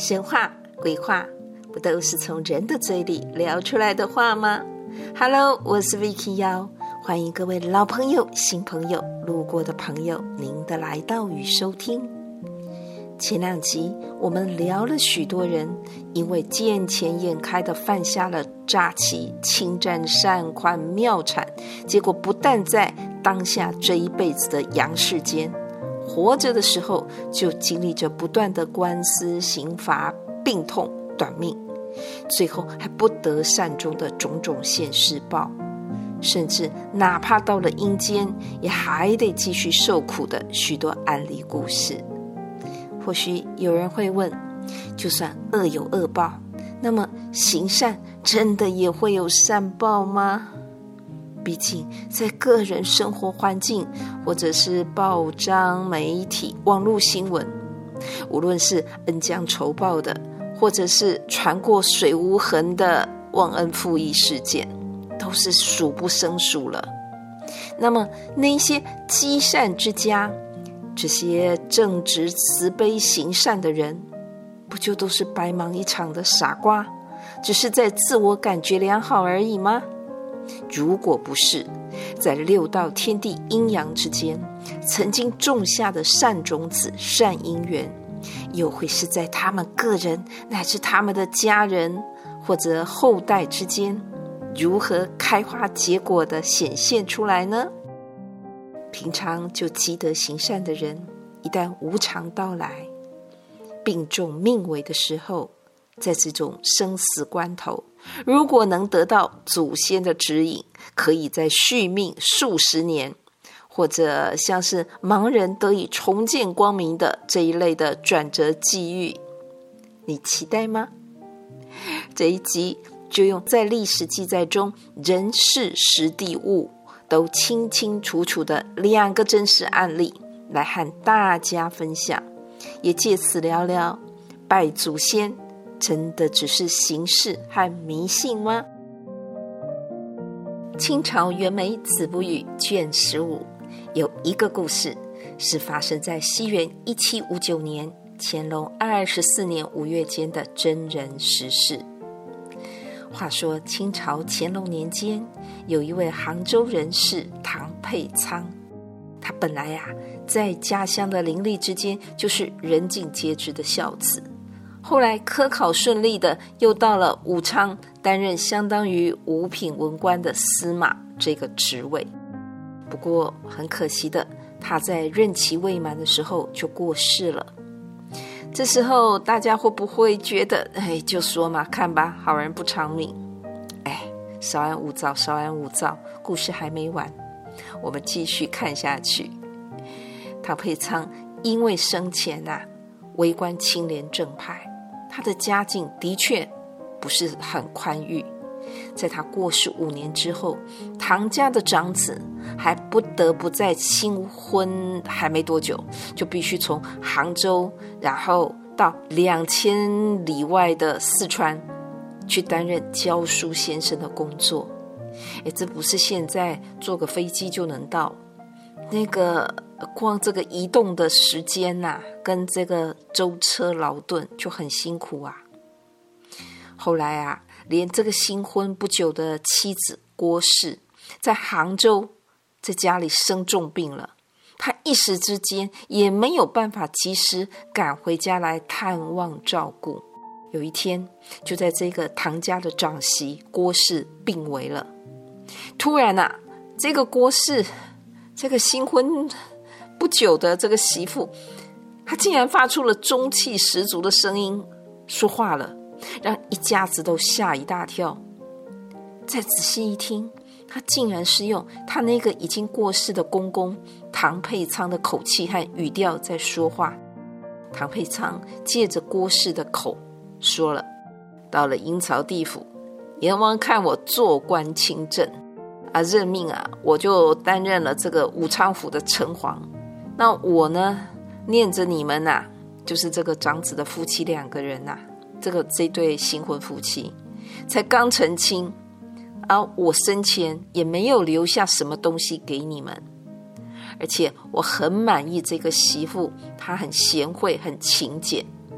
神话、鬼话，不都是从人的嘴里聊出来的话吗？ Hello， 我是 Vicky 妖，欢迎各位老朋友、新朋友、路过的朋友，您的来到与收听。前两集我们聊了许多人因为见钱眼开的犯下了诈欺、侵占善款妙产，结果不但在当下这一辈子的阳世间，活着的时候就经历着不断的官司、刑罚、病痛、短命，最后还不得善终的种种现世报，甚至哪怕到了阴间也还得继续受苦的许多案例故事。或许有人会问，就算恶有恶报，那么行善真的也会有善报吗？毕竟在个人生活环境，或者是报章、媒体、网络新闻，无论是恩将仇报的，或者是传过水无痕的忘恩负义事件，都是数不胜数了。那么那些积善之家，这些正直慈悲行善的人，不就都是白忙一场的傻瓜，只是在自我感觉良好而已吗？如果不是，在六道天地阴阳之间曾经种下的善种子、善因缘，又会是在他们个人乃至他们的家人或者后代之间如何开花结果的显现出来呢？平常就积德行善的人，一旦无常到来，病重命危的时候，在这种生死关头，如果能得到祖先的指引，可以在续命数十年，或者像是盲人得以重见光明的这一类的转折际遇，你期待吗？这一集就用在历史记载中人事时地物都清清楚楚的2个真实案例来和大家分享，也借此聊聊拜祖先真的只是形式和迷信吗？清朝袁枚《子不语》卷15有一个故事，是发生在西元1759年乾隆24年5月间的真人实事。话说清朝乾隆年间，有一位杭州人士唐沛仓，他本来在家乡的邻里之间就是人尽皆知的孝子，后来科考顺利的又到了武昌，担任相当于五品文官的司马这个职位。不过很可惜的，他在任期未满的时候就过世了。这时候大家会不会觉得，就说嘛，看吧，好人不长命。稍安勿躁，稍安勿躁，故事还没完，我们继续看下去。唐沛仓因为生前为官清廉正派，他的家境的确不是很宽裕。在他过世5年之后，唐家的长子还不得不在新婚还没多久，就必须从杭州然后到2000里外的四川去担任教书先生的工作。这不是现在坐个飞机就能到，那个光这个移动的时间跟这个舟车劳顿就很辛苦啊。后来连这个新婚不久的妻子郭氏在杭州在家里生重病了，他一时之间也没有办法及时赶回家来探望照顾。有一天，就在这个唐家的长媳郭氏病危了，突然这个郭氏这个新婚不久的这个媳妇，她竟然发出了中气十足的声音说话了，让一家子都吓一大跳。再仔细一听，她竟然是用她那个已经过世的公公唐沛仓的口气和语调在说话。唐沛仓借着郭氏的口说了，到了阴曹地府，阎王看我做官清正任命我就担任了这个武昌府的城隍。那我呢，念着你们就是这个长子的夫妻2个人这对新婚夫妻才刚成亲我生前也没有留下什么东西给你们，而且我很满意这个媳妇，她很贤惠很勤俭，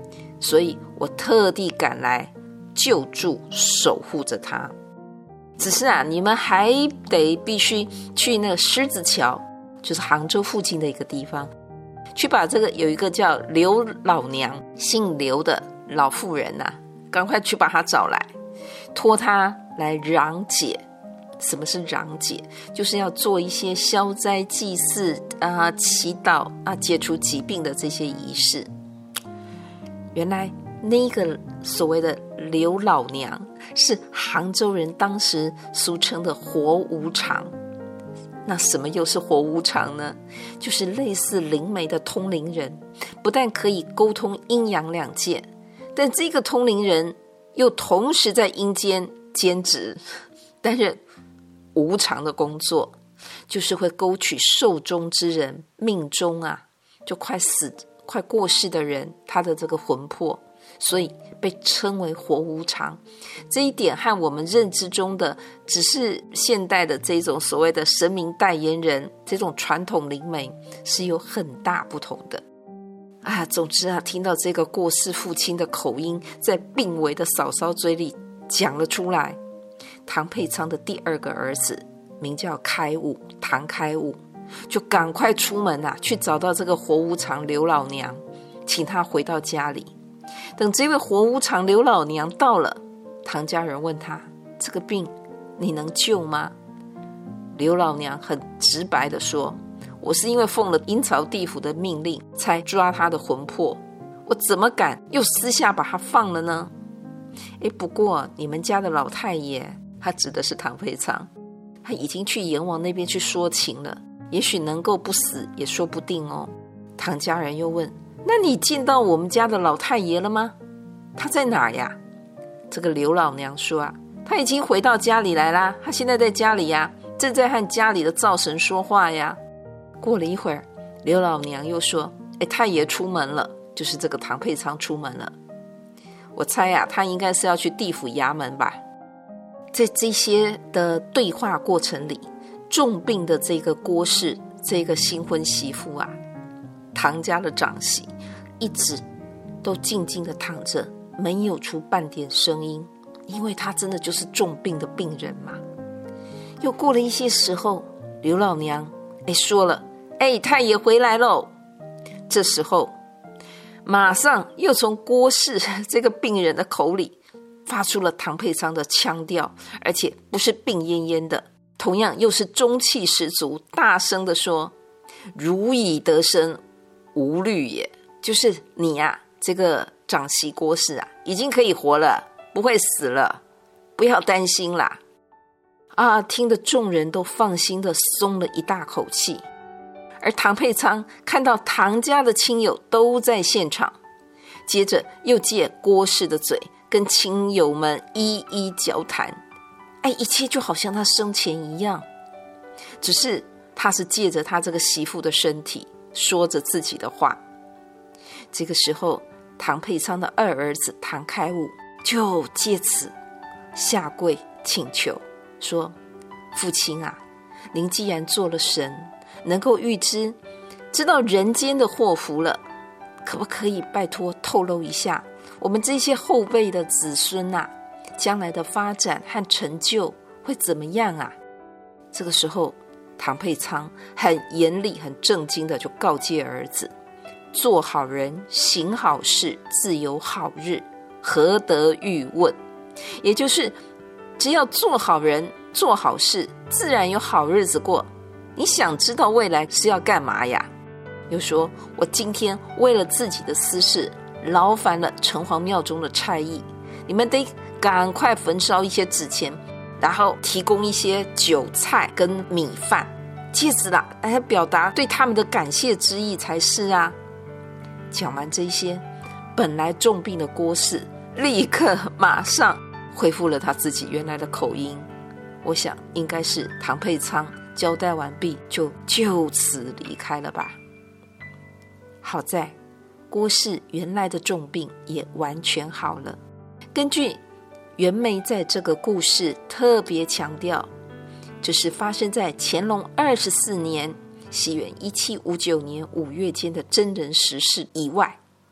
所以我特地赶来救助守护着他。只是你们还得必须去那个狮子桥，就是杭州附近的一个地方，去把这个有一个叫刘老娘，姓刘的老妇人赶快去把她找来，托她来攘解。什么是攘解？就是要做一些消灾祭祀祈祷解除疾病的这些仪式。原来那个所谓的刘老娘是杭州人当时俗称的活无常。那什么又是活无常呢？就是类似灵媒的通灵人，不但可以沟通阴阳两界，但这个通灵人又同时在阴间兼职，担任无常的工作，就是会勾取寿终之人命中就快过世的人他的这个魂魄，所以被称为活无常。这一点和我们认知中的只是现代的这种所谓的神明代言人，这种传统灵媒是有很大不同的总之听到这个过世父亲的口音在病危的嫂嫂嘴里讲了出来。唐沛苍的第二个儿子名叫开悟，唐开悟，就赶快出门去找到这个活无常刘老娘，请他回到家里。等这位活无常刘老娘到了，唐家人问他，这个病你能救吗？刘老娘很直白地说，我是因为奉了阴曹地府的命令才抓他的魂魄，我怎么敢又私下把他放了呢？不过你们家的老太爷，他指的是唐沛苍，他已经去阎王那边去说情了，也许能够不死也说不定哦。唐家人又问，那你见到我们家的老太爷了吗？他在哪儿呀？这个刘老娘说他已经回到家里来啦，他现在在家里正在和家里的灶神说话呀。过了一会儿，刘老娘又说，太爷出门了，就是这个唐沛苍出门了。我猜他应该是要去地府衙门吧。在这些的对话过程里，重病的这个郭氏，这个新婚媳妇唐家的长媳一直都静静的躺着，没有出半点声音，因为她真的就是重病的病人嘛。又过了一些时候，刘老娘说了，太爷回来喽。这时候马上又从郭氏这个病人的口里发出了唐沛苍的腔调，而且不是病恹恹的，同样又是中气十足，大声的说，如已得生，无虑也。就是你这个长媳郭氏已经可以活了，不会死了，不要担心啦。听得众人都放心的松了一大口气。而唐沛苍看到唐家的亲友都在现场，接着又借郭氏的嘴跟亲友们一一交谈，一切就好像他生前一样，只是他是借着他这个媳妇的身体说着自己的话。这个时候，唐沛苍的二儿子唐开悟就借此下跪请求说，父亲您既然做了神，能够预知知道人间的祸福了，可不可以拜托透露一下我们这些后辈的子孙将来的发展和成就会怎么样这个时候唐沛苍很严厉很正经的就告诫儿子，做好人行好事自有好日，何得欲问。也就是只要做好人做好事，自然有好日子过，你想知道未来是要干嘛呀？又说，我今天为了自己的私事劳烦了城隍庙中的差役，你们得赶快焚烧一些纸钱，然后提供一些酒菜跟米饭，借此来表达对他们的感谢之意才是讲完这些，本来重病的郭氏立刻马上恢复了他自己原来的口音。我想应该是唐沛苍交代完毕就此离开了吧。好在郭氏原来的重病也完全好了。根据袁枚在这个故事特别强调，这是发生在乾隆24年西元1759年5月间的真人实事以外，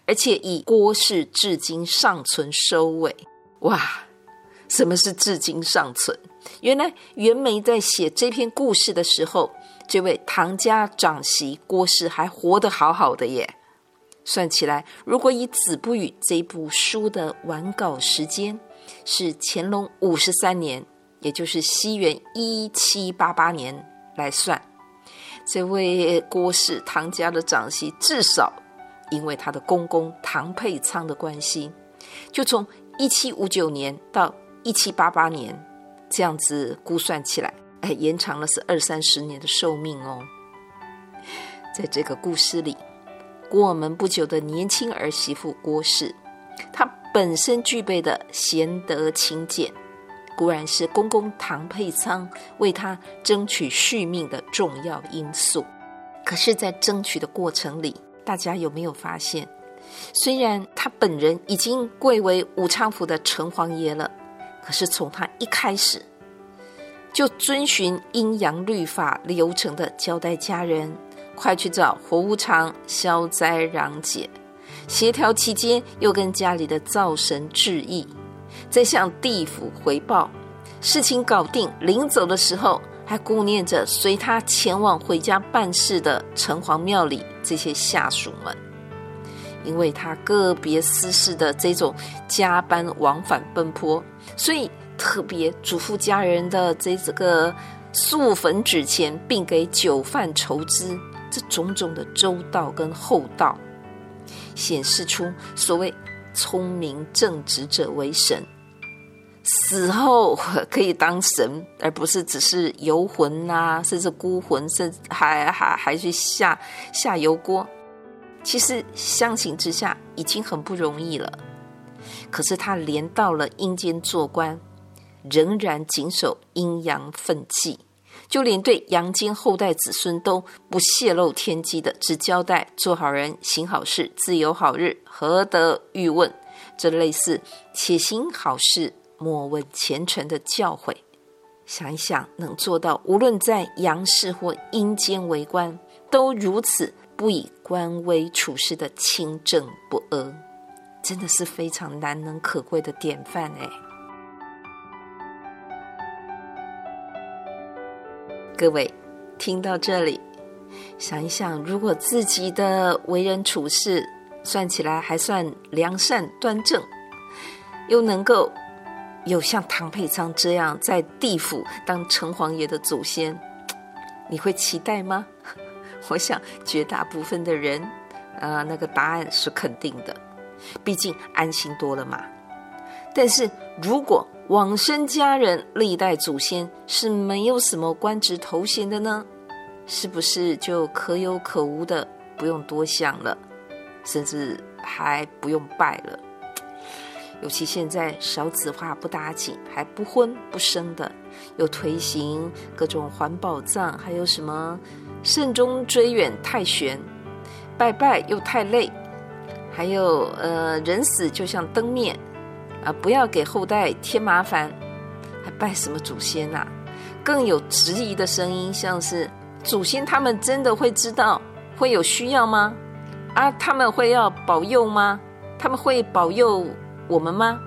而且以郭氏至今尚存收尾。哇，什么是至今尚存？原来袁枚在写这篇故事的时候，这位唐家长媳郭氏还活得好好的耶。算起来，如果以《子不语》这部书的完稿时间是乾隆53年，也就是西元1788年来算，这位郭氏唐家的长媳至少因为他的公公唐沛苍的关系，就从1759年到1788年这样子估算起来，延长了是20-30年的寿命哦。在这个故事里，郭门不久的年轻儿媳妇郭氏，她本身具备的贤德勤俭，固然是公公唐沛苍为她争取续命的重要因素。可是在争取的过程里，大家有没有发现，虽然他本人已经贵为武昌府的城隍爷了，可是从他一开始就遵循阴阳律法流程的交代家人快去找火无常消灾攘解，协调期间又跟家里的灶神致意，再向地府回报，事情搞定临走的时候还顾念着随他前往回家办事的城隍庙里这些下属们。因为他个别私事的这种加班往返奔波，所以特别嘱咐家人的这个素粉纸钱并给酒饭筹资，这种种的周到跟厚道，显示出所谓聪明正直者为神，死后可以当神，而不是只是游魂啊，甚至孤魂，甚至还去下油锅。其实相形之下已经很不容易了，可是他连到了阴间做官，仍然谨守阴阳分际，就连对阳间后代子孙都不泄露天机的，只交代做好人行好事自有好日，何得欲问，这类似且行好事莫问前程的教诲。想一想，能做到无论在阳世或阴间为官都如此不以官威处事的清正不阿，真的是非常难能可贵的典范哎。各位听到这里，想一想，如果自己的为人处事算起来还算良善端正，又能够有像唐沛苍这样在地府当城隍爷的祖先，你会期待吗？我想绝大部分的人那个答案是肯定的，毕竟安心多了嘛。但是如果往生家人历代祖先是没有什么官职头衔的呢，是不是就可有可无的不用多想了，甚至还不用拜了？尤其现在少子化不打紧，还不婚不生的，又推行各种环保葬，还有什么慎终追远太悬，拜拜又太累，还有人死就像灯灭不要给后代添麻烦，还拜什么祖先啊？更有质疑的声音，像是祖先他们真的会知道会有需要吗？他们会要保佑吗？他们会保佑我们吗？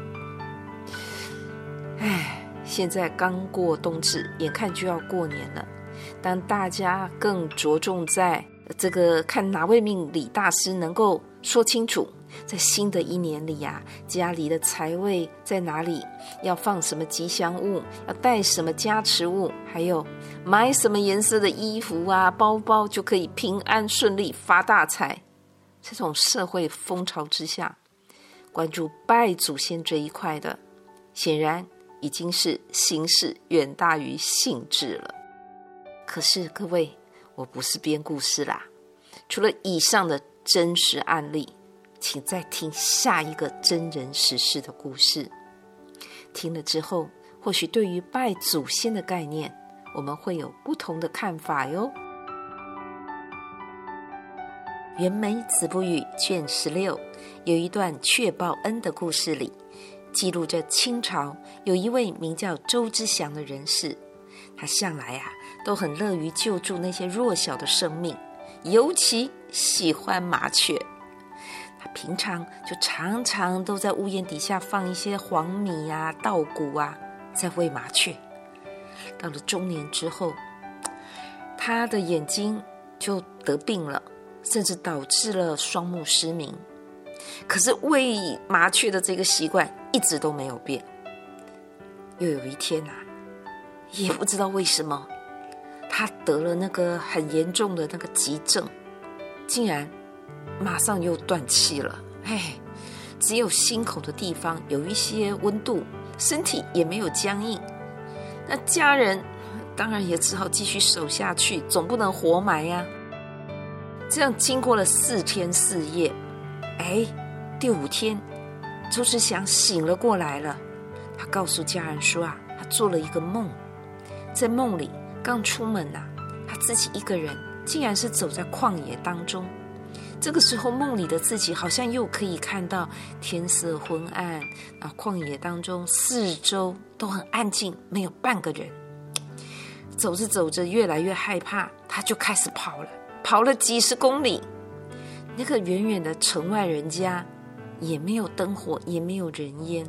现在刚过冬至，眼看就要过年了，当大家更着重在这个看哪位命理大师能够说清楚，在新的一年里家里的财位在哪里，要放什么吉祥物，要带什么加持物，还有买什么颜色的衣服包包就可以平安顺利发大财。这种社会风潮之下，关注拜祖先这一块的，显然已经是形式远大于性质了。可是各位，我不是编故事啦，除了以上的真实案例，请再听下一个真人实事的故事。听了之后，或许对于拜祖先的概念，我们会有不同的看法哟。袁枚子不语卷16有一段确报恩的故事里，记录着清朝有一位名叫周之祥的人士，他向来都很乐于救助那些弱小的生命，尤其喜欢麻雀。 他平常就常常都在屋檐底下放一些黄米啊、稻谷啊，在喂麻雀。到了中年之后，他的眼睛就得病了，甚至导致了双目失明。可是喂麻雀的这个习惯一直都没有变。又有一天啊，也不知道为什么，他得了那个很严重的那个急症，竟然马上又断气了。只有心口的地方有一些温度，身体也没有僵硬。那家人当然也只好继续守下去，总不能活埋呀。这样经过了4天4夜，第5天，周志祥醒了过来了。他告诉家人说他做了一个梦，在梦里刚出门他自己一个人竟然是走在旷野当中。这个时候梦里的自己好像又可以看到天色昏暗，旷野当中四周都很安静，没有半个人。走着走着越来越害怕，他就开始跑了几10公里。那个远远的城外人家也没有灯火，也没有人烟。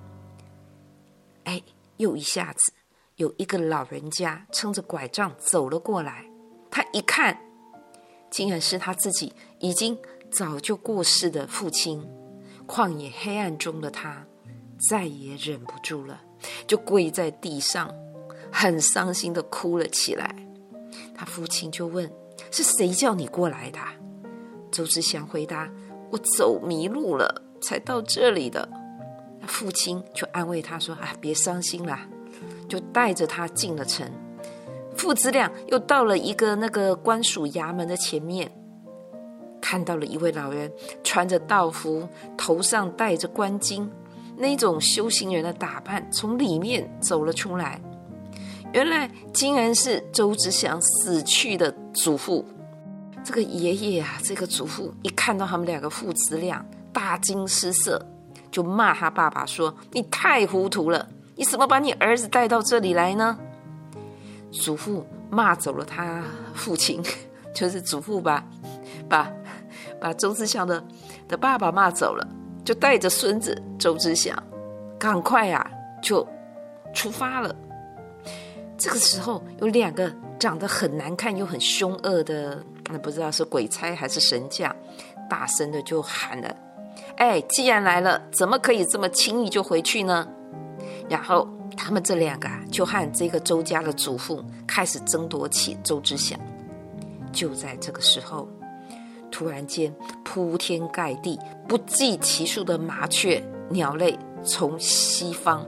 又一下子有一个老人家撑着拐杖走了过来，他一看，竟然是他自己已经早就过世的父亲。旷野黑暗中的他再也忍不住了，就跪在地上，很伤心的哭了起来。他父亲就问，是谁叫你过来的？周志祥回答，我走迷路了才到这里的。父亲就安慰他说，别伤心啦，就带着他进了城。父子俩又到了一个那个官署衙门的前面，看到了一位老人穿着道服，头上戴着冠巾，那种修行人的打扮，从里面走了出来。原来竟然是周志祥死去的祖父。这个爷爷这个祖父一看到他们2个父子俩，大惊失色，就骂他爸爸说，你太糊涂了，你怎么把你儿子带到这里来呢？祖父骂走了他父亲，就是祖父把周志祥的爸爸骂走了，就带着孙子周志祥赶快就出发了。这个时候有2个长得很难看又很凶恶的，不知道是鬼差还是神将，大声的就喊了，既然来了，怎么可以这么轻易就回去呢？然后他们这2个就和这个周家的祖父开始争夺起周志祥。就在这个时候，突然间铺天盖地不计其数的麻雀鸟类从西方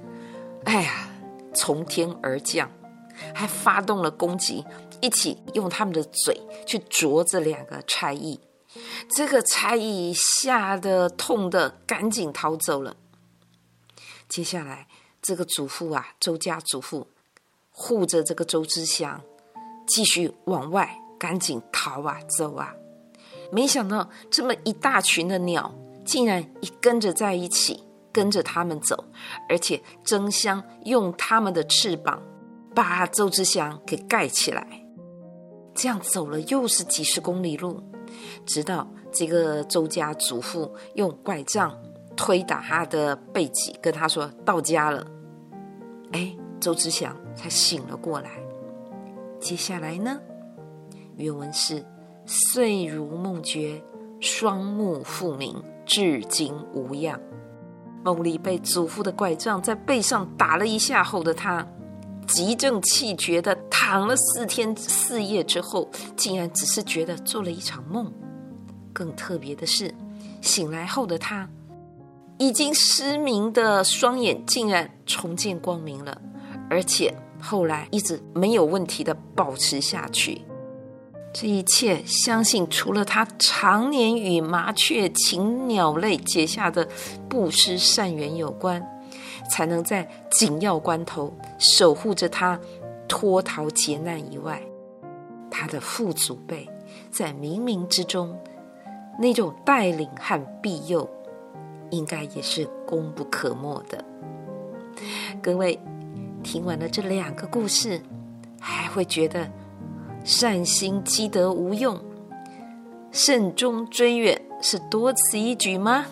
从天而降，还发动了攻击，一起用他们的嘴去啄这2个差役。这个差役吓得痛得赶紧逃走了。接下来这个祖父周家祖父护着这个周志祥继续往外赶紧逃走。没想到这么一大群的鸟竟然一跟着在一起，跟着他们走，而且争相用他们的翅膀把周志祥给盖起来。这样走了又是几10公里路，直到这个周家祖父用拐杖推打他的背脊，跟他说到家了。周志祥才醒了过来。接下来呢，原文是遂如梦觉，双目复明，至今无恙。梦里被祖父的拐杖在背上打了一下后的他，急正气绝的躺了4天4夜之后，竟然只是觉得做了一场梦。更特别的是，醒来后的他已经失明的双眼竟然重见光明了，而且后来一直没有问题的保持下去。这一切相信除了他常年与麻雀禽鸟类结下的布施善缘有关，才能在紧要关头守护着他脱逃劫难以外，他的父祖辈在冥冥之中那种带领和庇佑，应该也是功不可没的。各位听完了这2个故事，还会觉得善心积德无用，慎终追远是多此一举吗？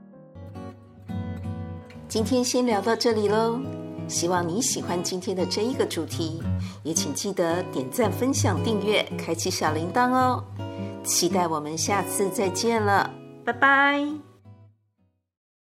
今天先聊到这里咯，希望你喜欢今天的这一个主题，也请记得点赞、分享、订阅，开启小铃铛哦。期待我们下次再见了，拜拜。